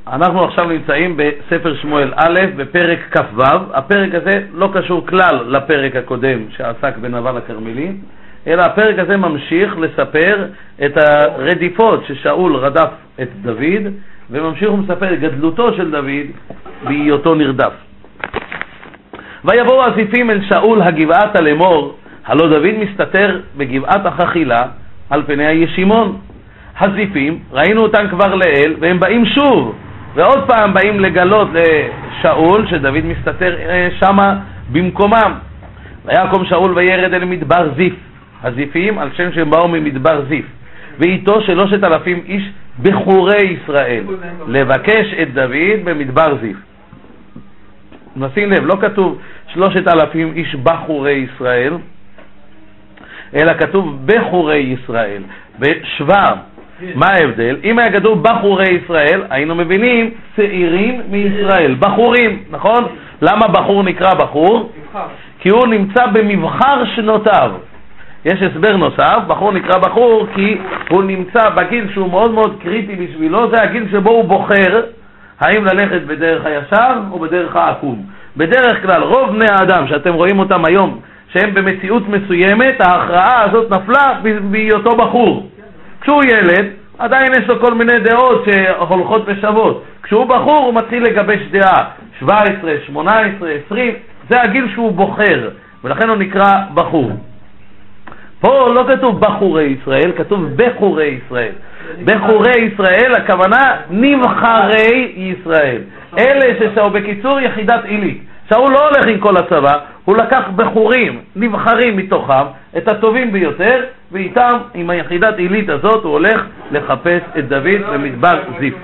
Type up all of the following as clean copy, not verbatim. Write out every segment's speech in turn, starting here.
אנחנו עכשיו נמצאים בספר שמואל א' בפרק כ"ו. הפרק הזה לא קשור כלל לפרק הקודם שעסק בנבל הכרמלי, אלא הפרק הזה ממשיך לספר את הרדיפות ששאול רדף את דוד, וממשיך ומספר את גדלותו של דוד בהיותו נרדף. ויבואו הזיפים אל שאול הגבעתה לאמור, הלא דוד מסתתר בגבעת החכילה על פני הישימון. הזיפים, ראינו אותם כבר לעיל, והם באים שוב, ועוד פעם באים לגלות לשאול שדוד מסתתר שמה במקומם. ויקום שאול וירד אל מדבר זיף, הזיפים על שם שהם באו ממדבר זיף, ואיתו 3,000 איש בחורי ישראל, לבקש את דוד במדבר זיף. נשים לב, לא כתוב 3,000 איש בחורי ישראל, אלא כתוב בחורי ישראל, בשבא. מה ההבדל? אם היה כתוב בחורי ישראל, היינו מבינים צעירים מישראל, בחורים, נכון? למה בחור נקרא בחור? כי הוא נמצא במבחר שנותיו. יש הסבר נוסף, בחור נקרא בחור כי הוא נמצא בגיל שהוא מאוד מאוד קריטי בשבילו, זה הגיל שבו הוא בוחר האם ללכת בדרך הישר או בדרך העקום. בדרך כלל רוב בני האדם שאתם רואים אותם היום שהם במציאות מסוימת, ההכרעה הזאת נפלה בהיותו בחור. כשהוא ילד עדיין יש לו כל מיני דעות שהולכות ושוות. כשהוא בחור הוא מתחיל לגבש דעה 17, 18, 20, זה הגיל שהוא בוחר, ולכן הוא נקרא בחור. פה לא כתוב בחורי ישראל, כתוב בחורי ישראל. בחורי ישראל, הכוונה נבחרי ישראל, אלה ששאו בקיצור יחידת עילית. שאול לא הולך עם כל הצבא, הוא לקח בחורים נבחרים מתוכם, את הטובים ביותר, ואיתם עם היחידת עילית הזאת הוא הולך לחפש את דוד במדבר זיף.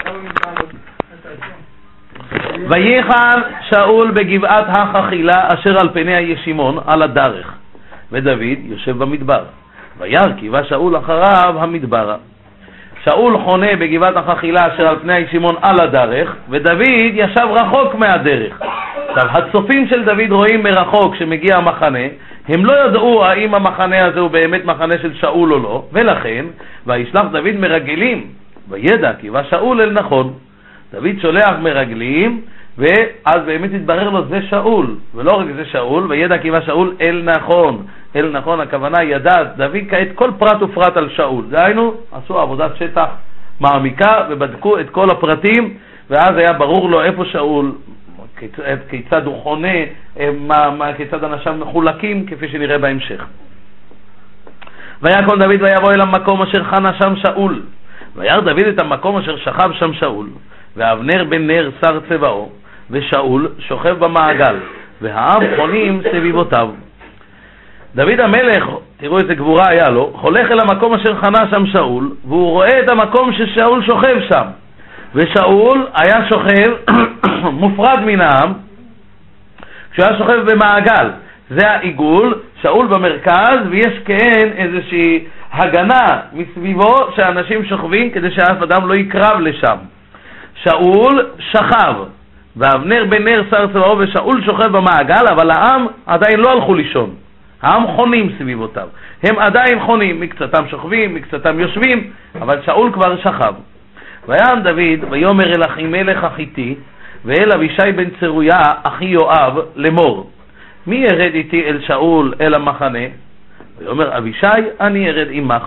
ויחן שאול בגבעת החכילה אשר על פני הישימון על הדרך, ודוד יושב במדבר. וירכיבה שאול אחריו המדברה. שאול חונה בגבעת החכילה אשר על פני הישימון על הדרך, ודוד ישב רחוק מהדרך. עכשיו, הצופים של דוד רואים מרחוק שמגיע המחנה, הם לא ידעו האם המחנה הזה הוא באמת מחנה של שאול או לא, ולכן, וישלח דוד מרגלים, וידע כי שאול אל נכון. דוד שולח מרגלים, ואז באמת התברר לו זה שאול, ולא רק זה שאול, וידע כי שאול אל נכון. אל נכון, הכוונה ידע דוד כעת כל פרט ופרט על שאול. דהיינו, עשו עבודת שטח מעמיקה ובדקו את כל הפרטים, ואז היה ברור לו איפה שאול, כיצד הוא חונה, כיצד אנשיו מחולקים, כפי שנראה בהמשך. ויקום דוד ויבוא אל המקום אשר חנה שם שאול, וירא דוד את המקום אשר שכב שם שאול, ואבנר בן נר שר צבאו, ושאול שוכב במעגל, והעם חונים סביבותיו. דוד המלך, תראו איזה גבורה היה לו, הולך אל המקום אשר חנה שם שאול, והוא רואה את המקום ששאול שוכב שם. ושאול היה שוכב מופרד מן העם, כשהוא היה שוכב במעגל. זה העיגול, שאול במרכז, ויש כן איזושהי הגנה מסביבו שאנשים שוכבים כדי שאף אדם לא יקרב לשם. שאול שכב, ואבנר בן נר שר צבאו, ושאול שוכב במעגל, אבל העם עדיין לא הלכו לישון. העם חונים סביבותיו. הם עדיין חונים, מקצתם שוכבים, מקצתם יושבים, אבל שאול כבר שכב. ויען דוד ויאמר אל אחימלך החיתי ואל אבישי בן צרויה אחי יואב לאמור, מי ירד איתי אל שאול אל המחנה? ויאמר אבישי, אני ירד עמך.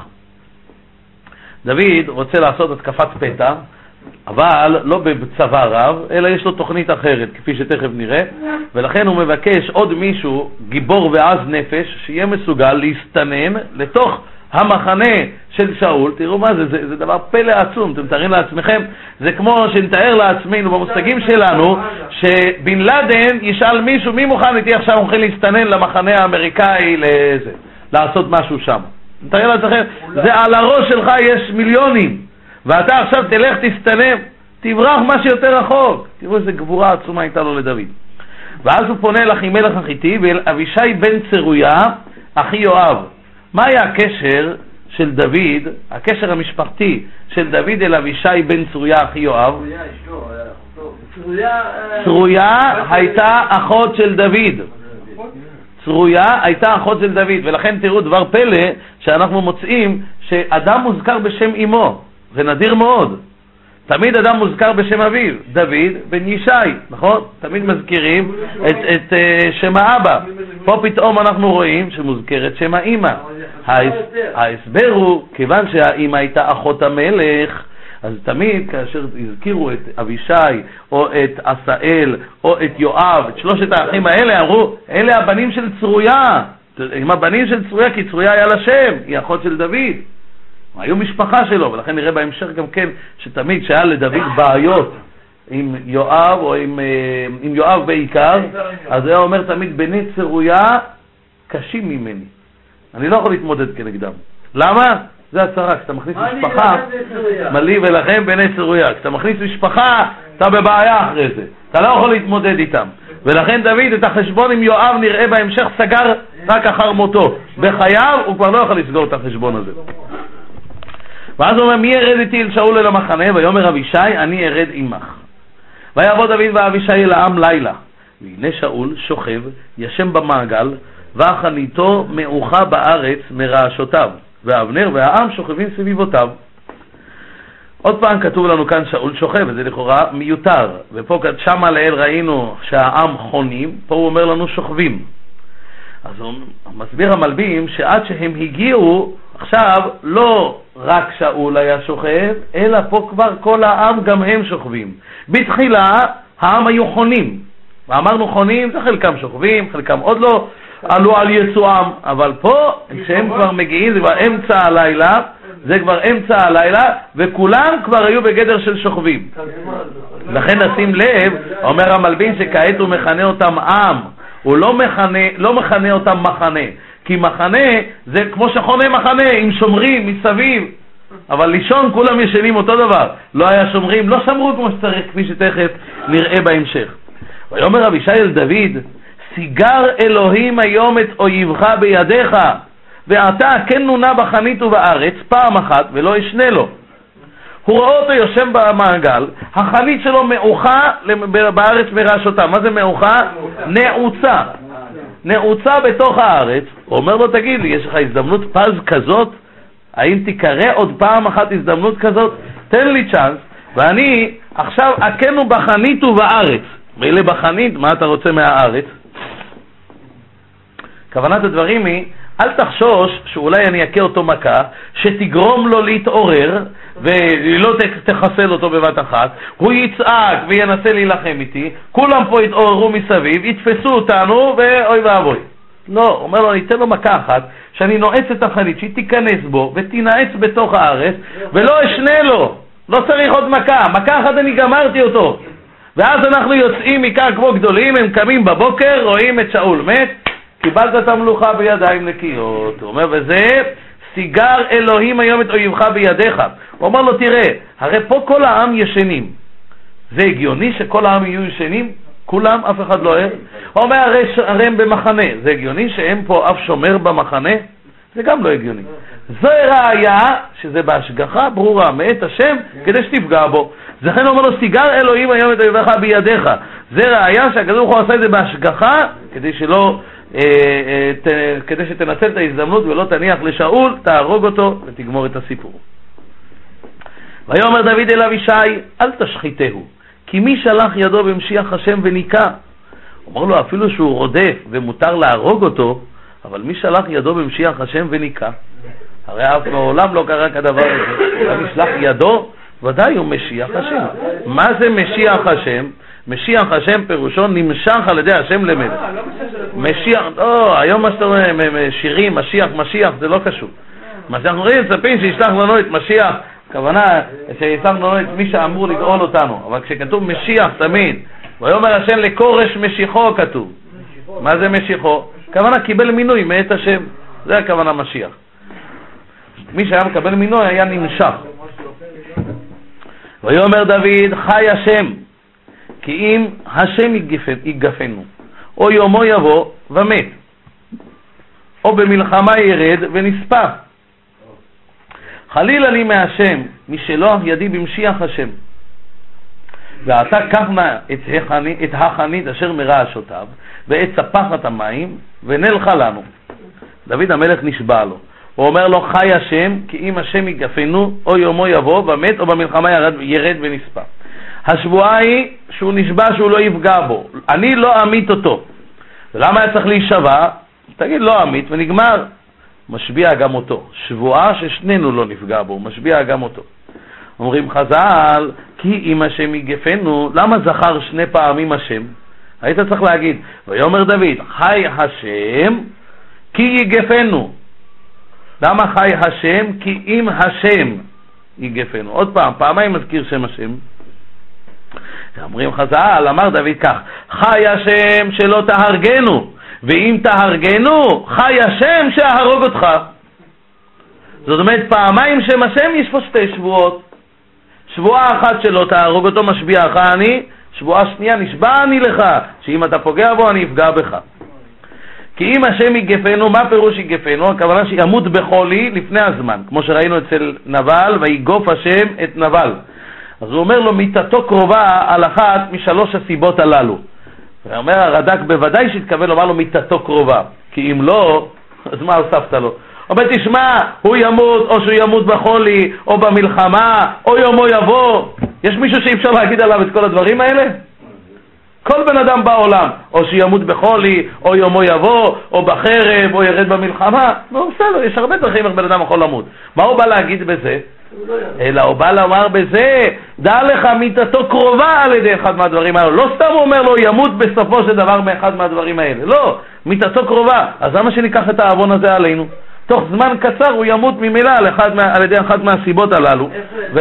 דוד רוצה לעשות התקפת פתע, אבל לא בצבא רב, אלא יש לו תוכנית אחרת, כפי שתכף נראה, ולכן הוא מבקש עוד מישהו, גיבור ועז נפש, שיהיה מסוגל להסתנן לתוך המחנה של שאול. תראו מה זה, זה דבר פלא עצום. אתם מתארים לעצמכם, זה כמו שנתאר לעצמנו במושגים שלנו, שבן לאדן ישאל מישהו, מי מוכן איתי עכשיו מוכן להסתנן למחנה האמריקאי לעשות משהו שם. נתאר לעצמכם, זה על הראש שלך יש מיליונים, ואתה עכשיו תלך תסתנן, תברח מה שיותר רחוק. תראו איזה גבורה עצומה הייתה לו לדוד. ואז הוא פונה אל אחימלך החיתי ואל אבישי בן צרויה אחי יואב. מה היה הקשר של דוד, הקשר המשפחתי של דוד אל אבישי בן צרויה אחי יואב? צרויה הייתה אחות של דוד. צרויה הייתה אחות של דוד, ולכן תראו דבר פלא שאנחנו מוצאים שאדם מוזכר בשם אמו, זה נדיר מאוד. תמיד אדם מוזכר בשם אביו, דוד בן ישי, נכון? תמיד מזכירים את שם האבא. פה פתאום אנחנו רואים שמוזכרת שם האמא. ההסבר הוא, כיוון שהאמא הייתה אחות המלך, אז תמיד כאשר הזכירו את אבישי או את עשאל או את יואב, את שלושת האחים האלה, אמרו, אלה הבנים של צרויה. הם הבנים של צרויה, כי צרויה היה לה שם, היא אחות של דוד. היו משפחה שלו, ולכן נראה בהמשך גם כן שתמיד שהיה לדוד בעיות עם יואב או עם יואב בעיקר, אז הוא אומר תמיד בני צרויה קשים ממני, אני לא יכול להתמודד כנגדם. למה? זה הצרה, כשאתה מכניס משפחה, מלי ולכם בני צרויה, כשאתה מכניס משפחה אתה בבעיה אחרי זה, אתה לא יכול להתמודד איתם. ולכן דוד את החשבון עם יואב נראה בהמשך סגר רק אחר מותו, בחייו הוא כבר לא יכול לסגור את החשבון הזה. ואז הוא אומר, מי ירד איתי אל שאול אל המחנה? ויאמר אבישי, אני ארד עמך. ויבוא דוד ואבישי אל העם לילה, והנה שאול שוכב ישם במעגל, והחניתו מעוכה בארץ מרעשותיו, ואבנר והעם שוכבים סביבותיו. עוד פעם כתוב לנו כאן שאול שוכב, וזה לכאורה מיותר, ופה שמה לאל ראינו שהעם חונים, פה הוא אומר לנו שוכבים. אז הוא מסביר המלבים שעד שהם הגיעו, עכשיו לא רק שאול היה שוכב, אלא פה כבר כל העם גם הם שוכבים. בתחילה העם היו חונים, ואמרנו חונים, זה חלקם שוכבים, חלקם עוד לא עלו על יצואם, אבל פה כשהם כבר מגיעים, זה כבר אמצע הלילה, וכולם כבר היו בגדר של שוכבים. לכן נשים לב, אומר המלבין שכעת הוא מכנה אותם עם, הוא לא מכנה אותם מחנה, כי מחנה זה כמו שחונה מחנה, עם שומרים מסביב, אבל לישון כולם ישנים אותו דבר, לא היה שומרים, לא שמרו כמו שצריך, כפי שתכף נראה בהמשך. ויאמר אבישי אל דוד, סיגר אלוהים היום את אויבך בידיך, ואתה כן נונה בחנית ובארץ פעם אחת ולא ישנה לו. הוא ראה אותו יושב במעגל, החנית שלו מעוכה בארץ מרעשותיו. מה זה מעוכה? נעוצה. נעוצה בתוך הארץ. הוא אומר לו, תגיד לי, יש לך הזדמנות פז כזאת? האם תקרא עוד פעם אחת הזדמנות כזאת? תן לי צ'אנס, ואני עכשיו אכנו בחנית ובארץ. ואלה בחנית, מה אתה רוצה מהארץ? כוונת הדברים היא, אל תחשוש שאולי אני אכה אותו מכה שתגרום לו להתעורר ולא תחסל אותו בבת אחת, הוא יצעק וינסה להילחם איתי, כולם פה יתעוררו מסביב, יתפסו אותנו ואוי ואבוי. לא, הוא אומר לו, אני אתן לו מכה אחת שאני נועץ את החנית שהיא תיכנס בו ותנעץ בתוך הארץ ולא אשנה לו, לא צריך עוד מכה אחת אני גמרתי אותו. ואז אנחנו יוצאים מכאן כמו גדולים, הם קמים בבוקר, רואים את שאול מת, קיבלת את המלוכה בידיים נקיות. הוא אומר, וזה סיגר אלוהים היום את אויבך בידיך. הוא אומר לו, תראה, הרי פה כל העם ישנים. זה הגיוני שכל העם יהיו ישנים? כולם, אף אחד לא ער? הוא אומר, הרי הם במחנה. זה הגיוני שהם פה אף שומר במחנה? זה גם לא הגיוני. זו ראיה שזה בהשגחה ברורה מאת השם כדי שתפגע בו. לכן הוא אומר לו, סיגר אלוהים היום את אויבך בידיך. זה ראיה שהקדוש ברוך הוא עושה את זה בהשגחה כדי שתנצל את ההזדמנות ולא תניח לשאול, תהרוג אותו ותגמור את הסיפור. ויאמר דוד אל אבישי, אל תשחיתהו, כי מי שלח ידו במשיח השם וניקה. אומר לו, אפילו שהוא רודף ומותר להרוג אותו, אבל מי שלח ידו במשיח השם וניקה? הרי אף מעולם לא קרה כדבר הזה. מי שלח ידו? ודאי הוא משיח השם. מה זה משיח השם? משיח השם פירושו נמשך על ידי השם למלך. משיח, לא, היום מה שאתה רואה, שירים, משיח, זה לא קשור. מה שאנחנו רואים, מצפים שישלח לנו את משיח, הכוונה שישלח לנו את מי שאמור לגאול אותנו. אבל כשכתוב משיח תמיד, ויאמר השם לקורש משיחו כתוב. מה זה משיחו? הכוונה קיבל מינוי מאת השם, זה הכוונה משיח. מי שהיה מקבל מינוי היה נמשך. ויאמר דוד, חי השם, כי אם השם יגפנו, או יומו יבוא ומת, או במלחמה ירד ונספה. חלילה לי מהשם, משלוח ידי במשיח השם. ואתה קח נא את החנית אשר מרעשותיו, ואת ספחת המים, ונלך לנו. דוד המלך נשבע לו. הוא אומר לו חי השם, כי אם השם יגפנו, או יומו יבוא ומת, או במלחמה ירד ונספה. השבועה היא שהוא נשבע שהוא לא יפגע בו, אני לא אמית אותו. למה היה צריך להישבע? תגיד לא אמית ונגמר. משביע גם אותו, שבועה ששנינו לא נפגע בו, משביע גם אותו. אומרים חז"ל, כי אם השם יגפנו, למה זכר 2 פעמים השם? היית צריך להגיד, ויאמר דוד, חי השם, כי יגפנו. למה חי השם? כי אם השם יגפנו. עוד פעם, פעמיים מזכיר שם השם. אומרים חז"ל, אמר דוד כך, חי השם שלא תהרגנו, ואם תהרגנו, חי השם שיהרוג אותך. זאת אומרת, פעמיים שם השם יש פה 2 שבועות. שבועה אחת שלא תהרוג אותו, משביעך אני, שבועה שנייה, נשבע אני לך, שאם אתה פוגע בו אני אפגע בך. כי אם השם יגפנו, מה פירוש יגפנו? הכוונה שימות בחולי לפני הזמן, כמו שראינו אצל נבל, ויגוף השם את נבל. אז הוא אומר לו, מיתתו קרובה על אחת מ3 הסיבות הללו. ואומר הרד"ק, בוודאי שהתכוון לומר לו מיתתו קרובה, כי אם לא, אז מה הוספת לו? אומר, תשמע, הוא ימות, או שהוא ימות בחולי, או במלחמה, או יומו יבוא. יש מישהו שאי אפשר להגיד עליו את כל הדברים האלה? כל בן אדם בעולם, או שימות בחולי, או יומו יבוא, או בחרב, או ירד במלחמה. לא, בסדר, יש הרבה דרכים איך בן אדם יכול למות. מה הוא בא להגיד בזה? אלא הוא בא לומר בזה, דע לך מיתתו קרובה על ידי אחד מהדברים האלה. לא סתם הוא אומר לו, ימות בסופו של דבר מאחד מהדברים האלה. לא, מיתתו קרובה. אז למה שניקח את העוון הזה עלינו? תוך זמן קצר הוא ימות ממילא על ידי אחד מהסיבות הללו.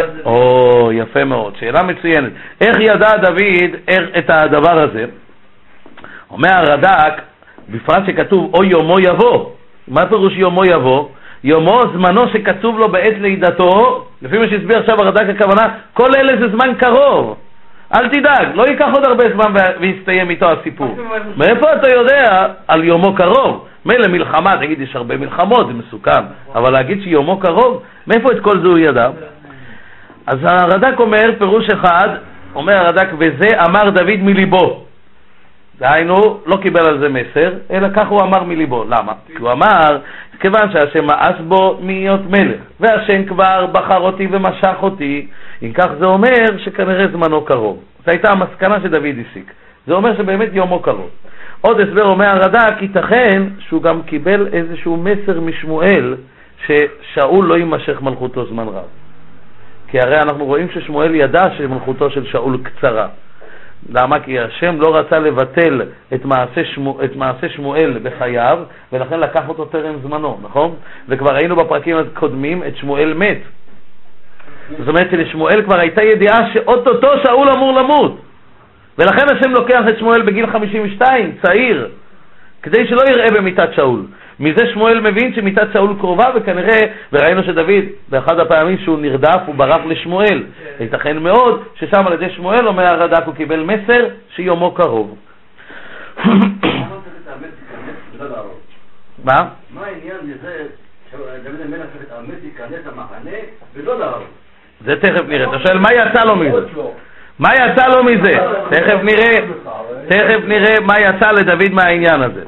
יפה מאוד, שאלה מצוינת. איך ידע דוד את הדבר הזה? אומר הרד"ק, בפרט שכתוב או יומו יבוא. מה פירוש יומו יבוא? יומו זמנו שקצוב לו בעת לידתו, לפי מה שהסביר עכשיו הרד"ק, הכוונה, כל אלה זה זמן קרוב. אל תדאג, לא ייקח עוד הרבה זמן ויסתיים איתו הסיפור. מאיפה אתה יודע על יומו קרוב? מילא מלחמה, תגיד, יש הרבה מלחמות, זה מסוכן, אבל להגיד שיומו קרוב, מאיפה את כל זה הוא ידע? אז הרד"ק אומר, פירוש אחד, אומר הרד"ק, וזה אמר דוד מליבו. דהיינו, לא קיבל על זה מסר, אלא כך הוא אמר מליבו. למה? כי הוא אמר, כיוון שהשם מאס בו להיות מלך, והשם כבר בחר אותי ומשך אותי, אם כך זה אומר שכנראה זמנו קרוב. זו הייתה המסקנה שדוד הסיק. זה אומר שבאמת יומו קרוב. עוד הסבר אומר הרד"ק, ייתכן שהוא גם קיבל איזשהו מסר משמואל ששאול לא יימשך מלכותו זמן רב. כי הרי אנחנו רואים ששמואל ידע שמלכותו של שאול קצרה. למה? כי השם לא רצה לבטל את מעשה שמואל בחייו, ולכן לקח אותו טרם זמנו, נכון? וכבר ראינו בפרקים הקודמים את שמואל מת. זאת אומרת שלשמואל כבר הייתה ידיעה שאוטוטו שאול אמור למות. ולכן השם לוקח את שמואל בגיל 52, צעיר, כדי שלא יראה במיתת שאול. מזה שמואל מבין שמיתת שאול קרובה, וכנראה, וראינו שדוד, באחד הפעמים שהוא נרדף, הוא ברח לשמואל. ייתכן מאוד ששם על ידי שמואל, אומר הרד"ק, הוא קיבל מסר שיומו קרוב. מה? מה העניין לזה שדוד המלך צריך להתאמץ להיכנס למחנה ולא להרוג? זה תכף נראה. אתה שואל, מה יצא לו מזה? מה יצא לו מזה? תכף נראה מה יצא לדוד מהעניין הזה.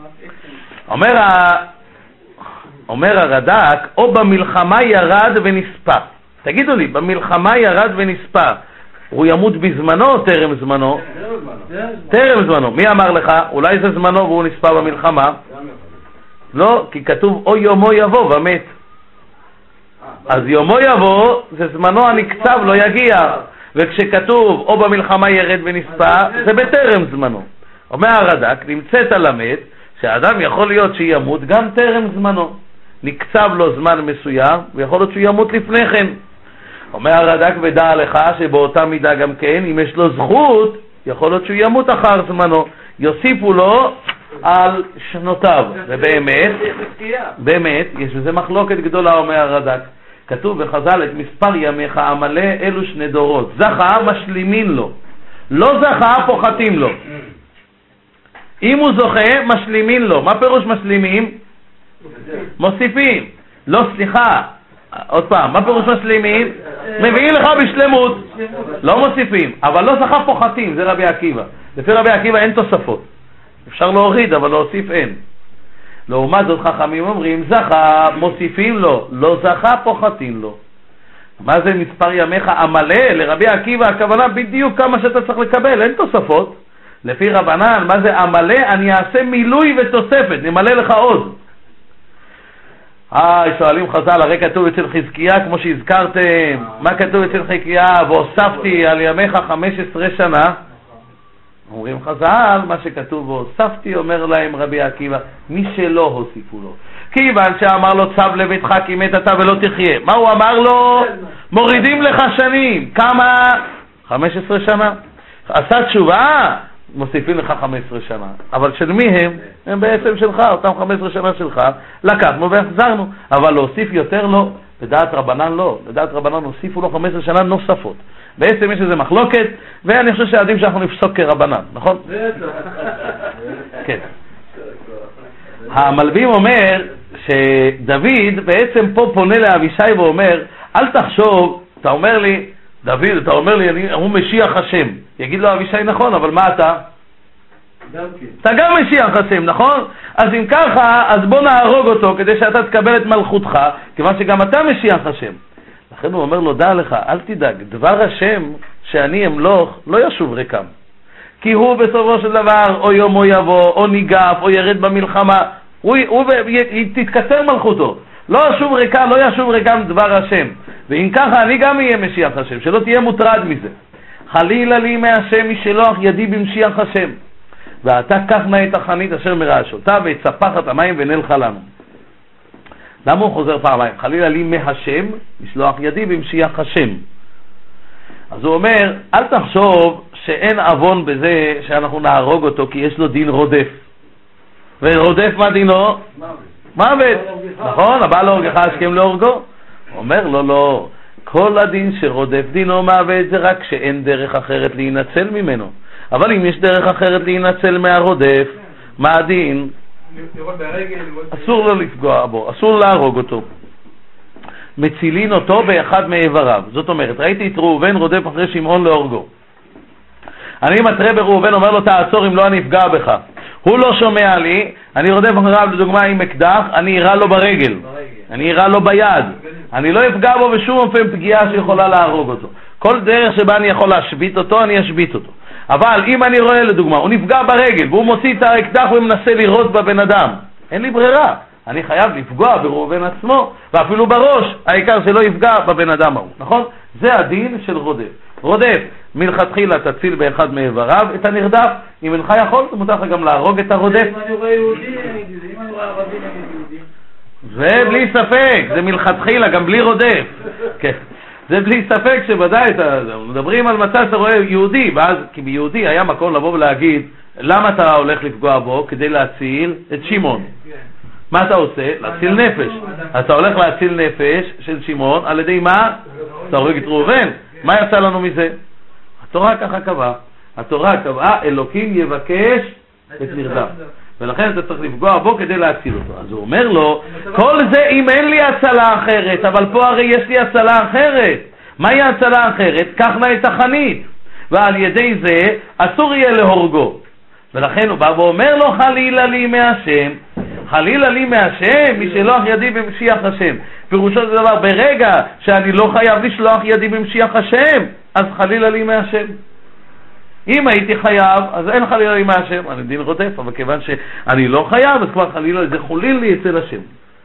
אומר הרד"ק, או במלחמה ירד ונספה. תגידו לי, במלחמה ירד ונספה, הוא ימות בזמנו או טרם זמנו? טרם זמנו. מי אמר לך? אולי זה זמנו והוא נספה במלחמה? לא, כי כתוב או יומו יבוא ומת. אז יומו יבוא זה זמנו הנקצב לא יגיע, וכשכתוב או במלחמה ירד ונספה זה בטרם זמנו. אומר הרד"ק, נמצאת על המת שהאדם יכול להיות שימות גם טרם זמנו, נקצב לו זמן מסוים ויכול להיות שהוא ימות לפני כן. אומר הרד"ק, ודע לך שבאותה מידה גם כן, אם יש לו זכות יכול להיות שהוא ימות אחר זמנו, יוסיפו לו על שנותיו. ובאמת יש בזה מחלוקת גדולה. אומר הרד"ק, כתוב בחז"ל, את מספר ימיך המלא אלו 2 דורות, זכה משלימין לו, לא זכה פוחתים לו. אם הוא זוכה משלימין לו. מה פירוש משלימים? מוסיפים. לא, סליחה, עוד פעם, מה פירוש משלימים? מביאים לך בשלמות, לא מוסיפים. אבל לא זכה פוחתים, זה רבי עקיבא. לפי רבי עקיבא אין תוספות, אפשר להוריד אבל להוסיף אין. לעומת זאת חכמים אומרים, זכה מוסיפים לו, לא זכה פוחתים לו. מה זה מספר ימיך המלא? לרבי עקיבא הכוונה בדיוק כמה שאתה צריך לקבל, אין תוספות. לפי רבנן, מה זה המלא? אני אעשה מילוי ותוספת, נמלא לך עוד. שואלים חז"ל, הרי כתוב אצל חזקיה, כמו שהזכרתם, מה כתוב אצל חזקיה? והוספתי על ימיך 15 שנה. אומרים חז"ל, מה שכתוב והוספתי, אומר להם רבי עקיבא, מי שלא הוסיפו לו. כיוון שאמר לו צב לביתך כי מת אתה ולא תחיה. מה הוא אמר לו? מורידים לך שנים. כמה? 15 שנה. עשה תשובה, מוסיפים לך 15 שנה. אבל של מי הם? הם בעצם שלך, אותם 15 שנה שלך. לקחנו והחזרנו. אבל להוסיף יותר לא. לדעת רבנן לא. לדעת רבנן הוסיפו לו 15 שנה נוספות. בעצם יש איזה מחלוקת, ואני חושב שעדיף שאנחנו נפסוק כרבנן, נכון? כן. המלבים אומר שדוד בעצם פה פונה לאבישי ואומר, אל תחשוב, אתה אומר לי, דוד, אתה אומר לי, הוא משיח השם. יגיד לו אבישי, נכון, אבל מה אתה? אתה גם משיח השם, נכון? אז אם ככה, אז בוא נהרוג אותו כדי שאתה תקבל את מלכותך, כיוון שגם אתה משיח השם. לכן הוא אומר לו, דע לך, אל תדאג, דבר השם שאני אמלוך לא ישוב ריקם. כי הוא בסופו של דבר או יום או יבוא, או ניגף, או ירד במלחמה, תתקצר מלכותו. לא ישוב ריקם, לא ישוב ריקם דבר השם. ואם ככה אני גם אהיה משיח השם, שלא תהיה מוטרד מזה. חלילה לי מהשם משלוח ידי במשיח השם. ואתה קח נא את החנית אשר מרעשותה ואת ספחת המים ונלך לנו. למה הוא חוזר פעמיים? חלילה לי מהשם, משלוח ידי במשיח השם. אז הוא אומר, אל תחשוב שאין אבון בזה שאנחנו נהרוג אותו, כי יש לו דין רודף. ורודף מה דינו? מוות. נכון? הבא להורגך השכם להורגו. אומר לו, לא. כל הדין שרודף דינו מוות זה רק שאין דרך אחרת להינצל ממנו. אבל אם יש דרך אחרת להינצל מהרודף, מה הדין? אסור לו לפגוע בו, אסור להרוג אותו. מצילין אותו באחד מאיבריו. זאת אומרת, ראיתי את ראובן רודף אחרי שמעון להורגו. אני מתרה בראובן, אומר לו תעצור אם לא אני אפגע בך. הוא לא שומע לי, אני רודף אחריו לדוגמה עם אקדח, אני אירה לו ברגל, אני אירה לו ביד, אני לא אפגע בו בשום אופן פגיעה שיכולה להרוג אותו. כל דרך שבה אני יכול להשבית אותו, אני אשבית אותו. אבל אם אני רואה לדוגמה, הוא נפגע ברגל והוא מוציא את האקדח ומנסה לירות בבן אדם, אין לי ברירה, אני חייב לפגוע בראובן עצמו, ואפילו בראש, העיקר שלא יפגע בבן אדם ההוא, נכון? זה הדין של רודף. רודף, מלכתחילה תציל באחד מאיבריו את הנרדף, אם אינך יכול, זה מותר לך גם להרוג את הרודף. אם אני רואה יהודי, אם אני רואה ערבי נגד יהודי. זה בלי ספק, זה מלכתחילה, גם בלי רודף. כן. זה בלי ספק שוודאי, מדברים על מצב שאתה רואה יהודי, ואז כי ביהודי היה מקום לבוא ולהגיד, למה אתה הולך לפגוע בו? כדי להציל את שמעון. מה אתה עושה? להציל נפש. אתה הולך להציל נפש של שמעון, על ידי מה? אתה הורג את ראובן. מה יצא לנו מזה? התורה ככה קבעה. התורה קבעה, אלוקים יבקש את נרדף. ולכן אתה צריך לפגוע בו כדי להציל אותו. אז הוא אומר לו, כל זה אם אין לי הצלה אחרת, אבל פה הרי יש לי הצלה אחרת. מהי הצלה אחרת? קח נא את החנית. ועל ידי זה אסור יהיה להורגו. ולכן הוא בא ואומר לו, חלילה לי מהשם. חלילה לי מהשם, משלוח ידי במשיח השם. פירושו זה דבר, ברגע שאני לא חייב לשלוח ידי במשיח השם, אז חלילה לי מהשם. אם הייתי חייב, אז אין חלילה לי מהשם, אני דין רודף, אבל כיוון שאני לא חייב, אז כבר חלילה זה חולין לי אצל השם.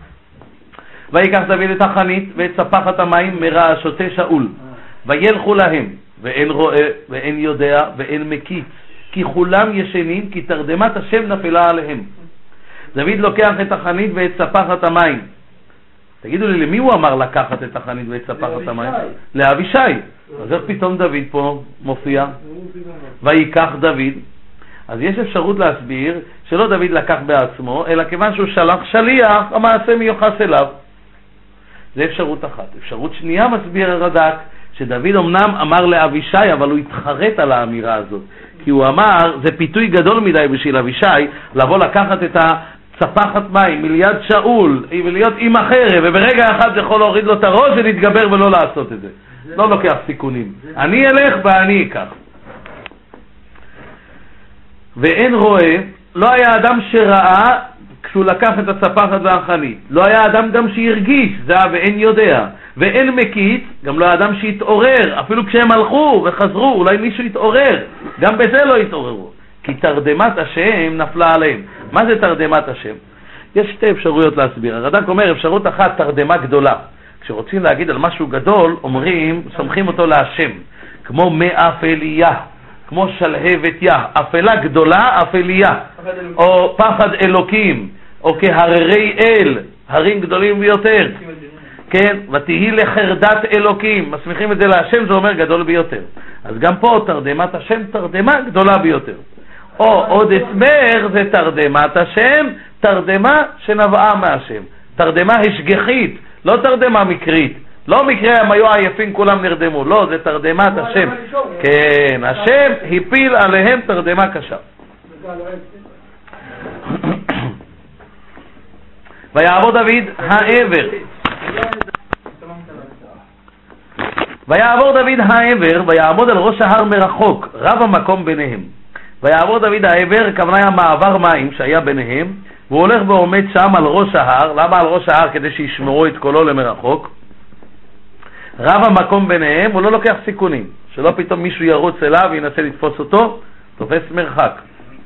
ויקח דוד את החנית ואת ספחת המים מרעשותי שאול, וילכו להם, ואין רואה ואין יודע ואין מקיץ, כי כולם ישנים, כי תרדמת השם נפלה עליהם. דוד לוקח את החנית ואת ספחת המים. תגידו לי, למי הוא אמר לקחת את החנית ואת ספחת המים? לאבישי. אז איך פתאום דוד פה מופיע? ויקח דוד. אז יש אפשרות להסביר שלא דוד לקח בעצמו, אלא כיוון שהוא שלח שליח, המעשה מיוחס אליו. זה אפשרות אחת. אפשרות שנייה מסביר הרד"ק, שדוד אמנם אמר לאבישי, אבל הוא התחרט על האמירה הזאת. כי הוא אמר, זה פיתוי גדול מדי בשביל אבישי, לבוא לקחת את ספחת מים מיליד שאול ולהיות עם החרב, וברגע אחד יכול להוריד לו את הראש ולהתגבר ולא לעשות את זה. לא לוקח סיכונים. אני אלך ואני אקח. ואין רואה, לא היה אדם שראה כשהוא לקח את הספחת והחנית. לא היה אדם גם שהרגיש, זה ואין יודע. ואין מקיץ, גם לא היה אדם שהתעורר, אפילו כשהם הלכו וחזרו, אולי מישהו התעורר, גם בזה לא התעוררו. כי תרדמת השם נפלה עליהם. מה זה תרדמת השם? יש שתי אפשרויות להסביר. הרד"ק אומר, אפשרות אחת, תרדמה גדולה. כשרוצים להגיד על משהו גדול, אומרים, סומכים אותו להשם. כמו מאפליה, כמו שלהבת יה, אפלה גדולה, אפליה. או פחד אלוקים, או כהררי אל, הרים גדולים ביותר. כן, ותהי לחרדת אלוקים, מסמיכים את זה להשם, זה אומר גדול ביותר. אז גם פה תרדמת השם, תרדמה גדולה ביותר. או עוד הסבר, זה תרדמת השם, תרדמה שנבעה מהשם. תרדמה השגחית, לא תרדמה מקרית. לא מקרה הם היו עייפים כולם נרדמו, לא, זה תרדמת השם. כן, השם הפיל עליהם תרדמה קשה. ויעבור דוד העבר. ויעבור דוד העבר ויעמוד על ראש ההר מרחוק, רב המקום ביניהם. ויעבור דוד העבר, הכוונה היה מעבר מים שהיה ביניהם, והוא הולך ועומד שם על ראש ההר. למה על ראש ההר? כדי שישמרו את קולו למרחוק. רב המקום ביניהם, הוא לא לוקח סיכונים, שלא פתאום מישהו ירוץ אליו וינסה לתפוס אותו, תופס מרחק.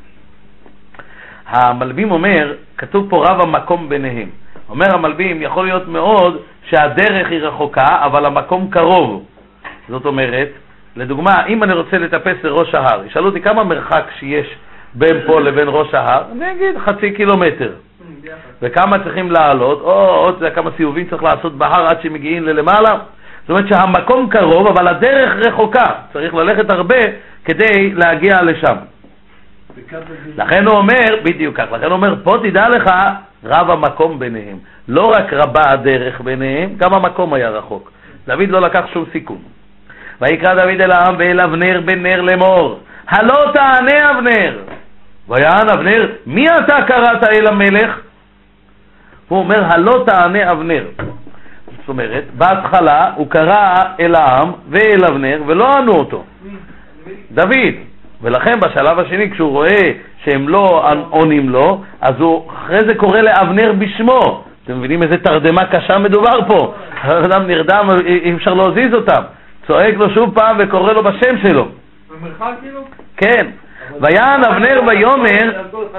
המלבים אומר, כתוב פה רב המקום ביניהם. אומר המלבים, יכול להיות מאוד שהדרך היא רחוקה, אבל המקום קרוב. זאת אומרת, לדוגמה, אם אני רוצה לטפס לראש ההר, ישאלו אותי כמה מרחק שיש בין פה לבין ראש ההר, אני אגיד 0.5 קילומטר. וכמה צריכים לעלות, או עוד כמה סיבובים צריך לעשות בהר עד שמגיעים ללמעלה. זאת אומרת שהמקום קרוב, אבל הדרך רחוקה. צריך ללכת הרבה כדי להגיע לשם. לכן הוא אומר, בדיוק כך, לכן הוא אומר, פה תדע לך, רב המקום ביניהם. לא רק רבה הדרך ביניהם, גם המקום היה רחוק. דוד לא לקח שום סיכון. ויקרא דוד אל העם ואל אבנר בן נר לאמור, הלא תענה אבנר. ויען אבנר, מי אתה קראת אל המלך? הוא אומר, הלא תענה אבנר. זאת אומרת, בהתחלה הוא קרא אל העם ואל אבנר ולא ענו אותו. דוד. ולכן בשלב השני כשהוא רואה שהם לא עונים לו, אז הוא אחרי זה קורא לאבנר בשמו. אתם מבינים איזה תרדמה קשה מדובר פה? האדם נרדם, אי אפשר להזיז אותם. צועק לו שוב פעם וקורא לו בשם שלו. במרחק כאילו? כן. ויען אבנר ויאמר,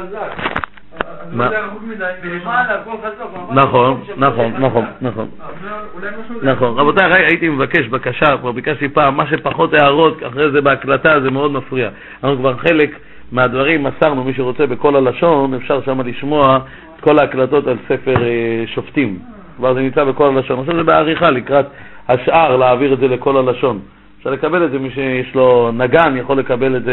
נכון. רבותיי, הייתי מבקש בקשה, כבר ביקשתי פעם, מה שפחות הערות, אחרי זה בהקלטה, זה מאוד מפריע. אנחנו כבר חלק מהדברים מסרנו, מי שרוצה בכל הלשון, אפשר שם לשמוע את כל ההקלטות על ספר שופטים. כבר זה נמצא בכל הלשון. עכשיו זה בעריכה, לקראת השאר, להעביר את זה לכל הלשון. אפשר לקבל את זה, מי שיש לו נגן יכול לקבל את זה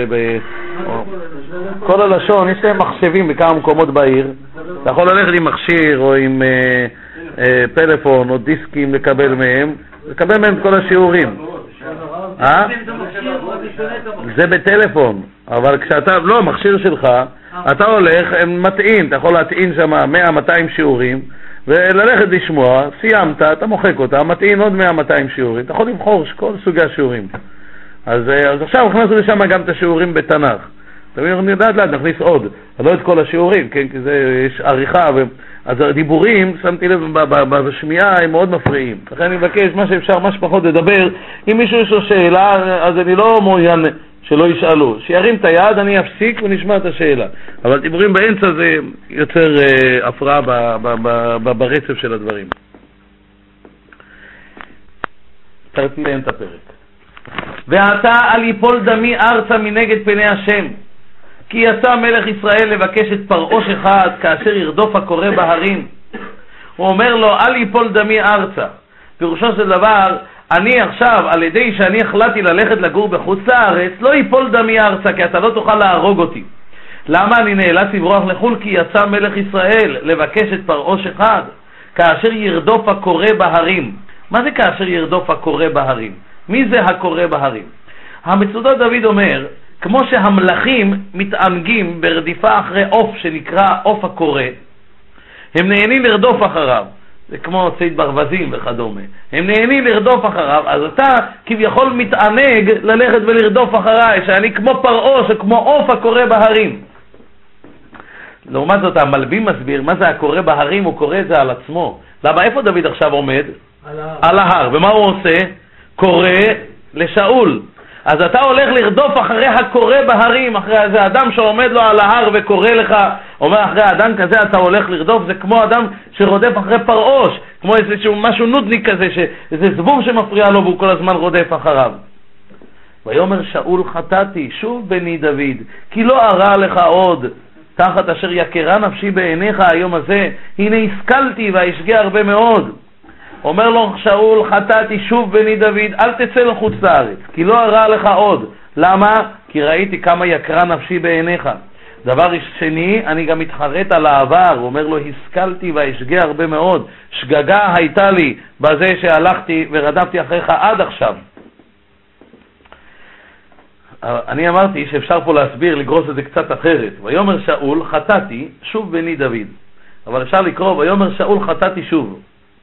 כל הלשון. יש להם מחשבים בכמה מקומות בעיר, אתה יכול ללכת עם מכשיר או עם פלאפון או דיסקים לקבל מהם את כל השיעורים. זה בטלפון, אבל כשאתה, לא, מכשיר שלך, אתה הולך, הם מטעין, אתה יכול להטעין שם 100-200 שיעורים וללכת לשמוע, סיימת, אתה מוחק אותה, מטעין עוד 100-200 שיעורים, אתה יכול לבחור כל סוגי השיעורים. אז עכשיו הכנסנו לשם גם את השיעורים בתנ"ך. אני יודעת לה, נכניס עוד, לא את כל השיעורים, כן, כי יש עריכה, אז הדיבורים, שמתי לב בשמיעה, הם מאוד מפריעים. לכן אני מבקש מה שאפשר, מה שפחות לדבר. אם מישהו יש לו שאלה, אז אני לא מעוניין שלא ישאלו. שירים את היד, אני אפסיק ונשמע את השאלה. אבל דיבורים באמצע זה יוצר הפרעה ברצף של הדברים. תרצי להם את הפרק. ועתה על יפול דמי ארצה מנגד פני השם, כי יצא מלך ישראל לבקש את פרעוש אחד כאשר ירדוף הקורא בהרים. הוא אומר לו, אל יפול דמי ארצה. פירושו של דבר, אני עכשיו, על ידי שאני החלטתי ללכת לגור בחוץ לארץ, לא יפול דמי ארצה, כי אתה לא תוכל להרוג אותי. למה אני נאלץ לברוח לחול? כי יצא מלך ישראל לבקש את פרעוש אחד כאשר ירדוף הקורא בהרים. מה זה כאשר ירדוף הקורא בהרים? מי זה הקורא בהרים? המצודות דוד אומר, כמו שהמלאכים מתענגים ברדיפה אחרי עוף שנקרא עוף הקורא, הם נהנים לרדוף אחריו. זה כמו ציד ברווזים וכדומה. הם נהנים לרדוף אחריו, אז אתה כביכול מתענג ללכת ולרדוף אחריי, שאני כמו פרעוש, כמו עוף הקורא בהרים. לעומת זאת המלבים מסביר מה זה הקורא בהרים, הוא קורא את זה על עצמו. למה? איפה דוד עכשיו עומד? על ההר. ומה הוא עושה? קורא לשאול. אז אתה הולך לרדוף אחרי הקורא בהרים, אחרי איזה אדם שעומד לו על ההר וקורא לך, אומר אחרי אדם כזה אתה הולך לרדוף, זה כמו אדם שרודף אחרי פרעוש, כמו איזשהו משהו נודניק כזה, איזה זבוב שמפריע לו והוא כל הזמן רודף אחריו. ויאמר שאול חטאתי, שוב בני דוד, כי לא ארע לך עוד, תחת אשר יקרה נפשי בעיניך היום הזה, הנה השכלתי והשגה הרבה מאוד. אומר לו שאול חטאתי, שוב בני דוד, אל תצא לחוץ לארץ, כי לא ארע לך עוד. למה? כי ראיתי כמה יקרה נפשי בעיניך. דבר שני, אני גם מתחרט על העבר, הוא אומר לו השכלתי והשגה הרבה מאוד, שגגה הייתה לי בזה שהלכתי ורדפתי אחריך עד עכשיו. אני אמרתי שאפשר פה להסביר, לגרוס את זה קצת אחרת. ויאמר שאול חטאתי, שוב בני דוד. אבל אפשר לקרוא, ויאמר שאול חטאתי שוב.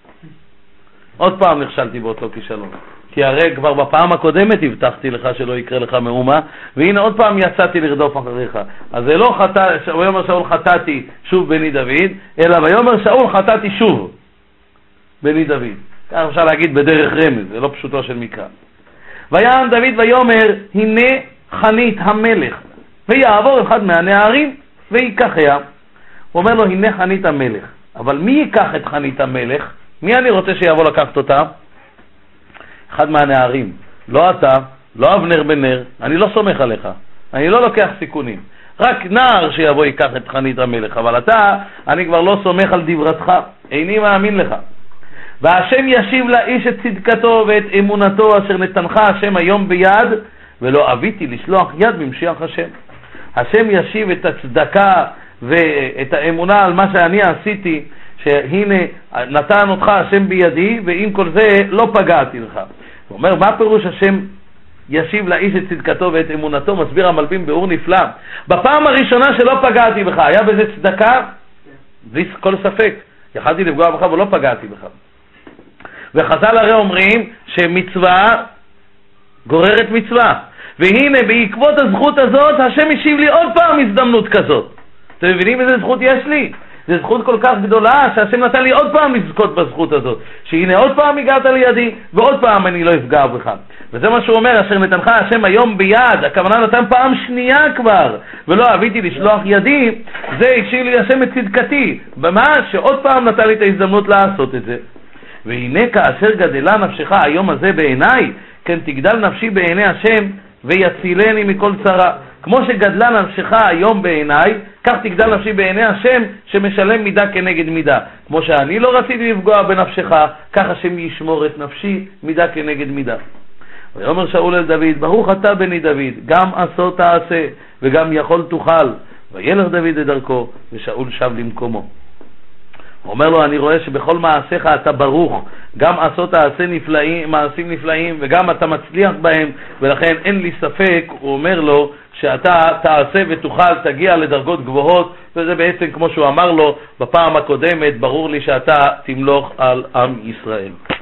עוד פעם נכשלתי באותו כישלון. כי הרי כבר בפעם הקודמת הבטחתי לך שלא יקרה לך מאומה, והנה עוד פעם יצאתי לרדוף אחריך. אז זה לא ויאמר שאול חטאתי שוב בני דוד, אלא ויאמר שאול חטאתי שוב בני דוד. כך אפשר להגיד בדרך רמז, זה לא פשוטו של מקרא. ויען דוד ויאמר הנה חנית המלך, ויעבור אחד מהנערים ויקחיה. הוא אומר לו הנה חנית המלך. אבל מי ייקח את חנית המלך? מי אני רוצה שיבוא לקחת אותה? אחד מהנערים. לא אתה, לא אבנר בן נר, אני לא סומך עליך, אני לא לוקח סיכונים. רק נער שיבוא ייקח את חנית המלך, אבל אתה, אני כבר לא סומך על דברתך, איני מאמין לך. והשם ישיב לאיש את צדקתו ואת אמונתו אשר נתנך השם היום ביד, ולא אביתי לשלוח יד ממשיח השם. השם ישיב את הצדקה ואת האמונה על מה שאני עשיתי, שהנה נתן אותך השם בידי, ועם כל זה לא פגעתי לך. הוא אומר, מה פירוש השם ישיב לאיש את צדקתו ואת אמונתו? מסביר המלבים באור נפלא. בפעם הראשונה שלא פגעתי בך, היה בזה צדקה? בלי כל ספק. יכלתי לפגוע בך ולא פגעתי בך. וחז"ל הרי אומרים שמצווה גוררת מצווה. והנה בעקבות הזכות הזאת, השם השיב לי עוד פעם הזדמנות כזאת. אתם מבינים איזה זכות יש לי? זו זכות כל כך גדולה שהשם נתן לי עוד פעם לזכות בזכות הזאת, שהנה עוד פעם הגעת לידי ועוד פעם אני לא אפגע בך. וזה מה שהוא אומר, אשר נתנך השם היום ביד, הכוונה נתן פעם שנייה כבר, ולא אביתי לשלוח ידי, זה השאיר לי השם את צדקתי, במה שעוד פעם נתן לי את ההזדמנות לעשות את זה. והנה כאשר גדלה נפשך היום הזה בעיניי, כן תגדל נפשי בעיני השם ויצילני מכל צרה. כמו שגדלה נפשך היום בעיניי, כך תגדל נפשי בעיני השם שמשלם מידה כנגד מידה. כמו שאני לא רציתי לפגוע בנפשך, כך השם ישמור את נפשי מידה כנגד מידה. ויאמר שאול אל דוד, ברוך אתה בני דוד, גם עשות תעשה וגם יכול תוכל. וילך דוד לדרכו ושאול שב למקומו. הוא אומר לו, אני רואה שבכל מעשיך אתה ברוך, גם עשות תעשה נפלאים, מעשים נפלאים, וגם אתה מצליח בהם, ולכן אין לי ספק, הוא אומר לו, שאתה תעשה ותוכל, תגיע לדרגות גבוהות, וזה בעצם כמו שהוא אמר לו בפעם הקודמת, ברור לי שאתה תמלוך על עם ישראל.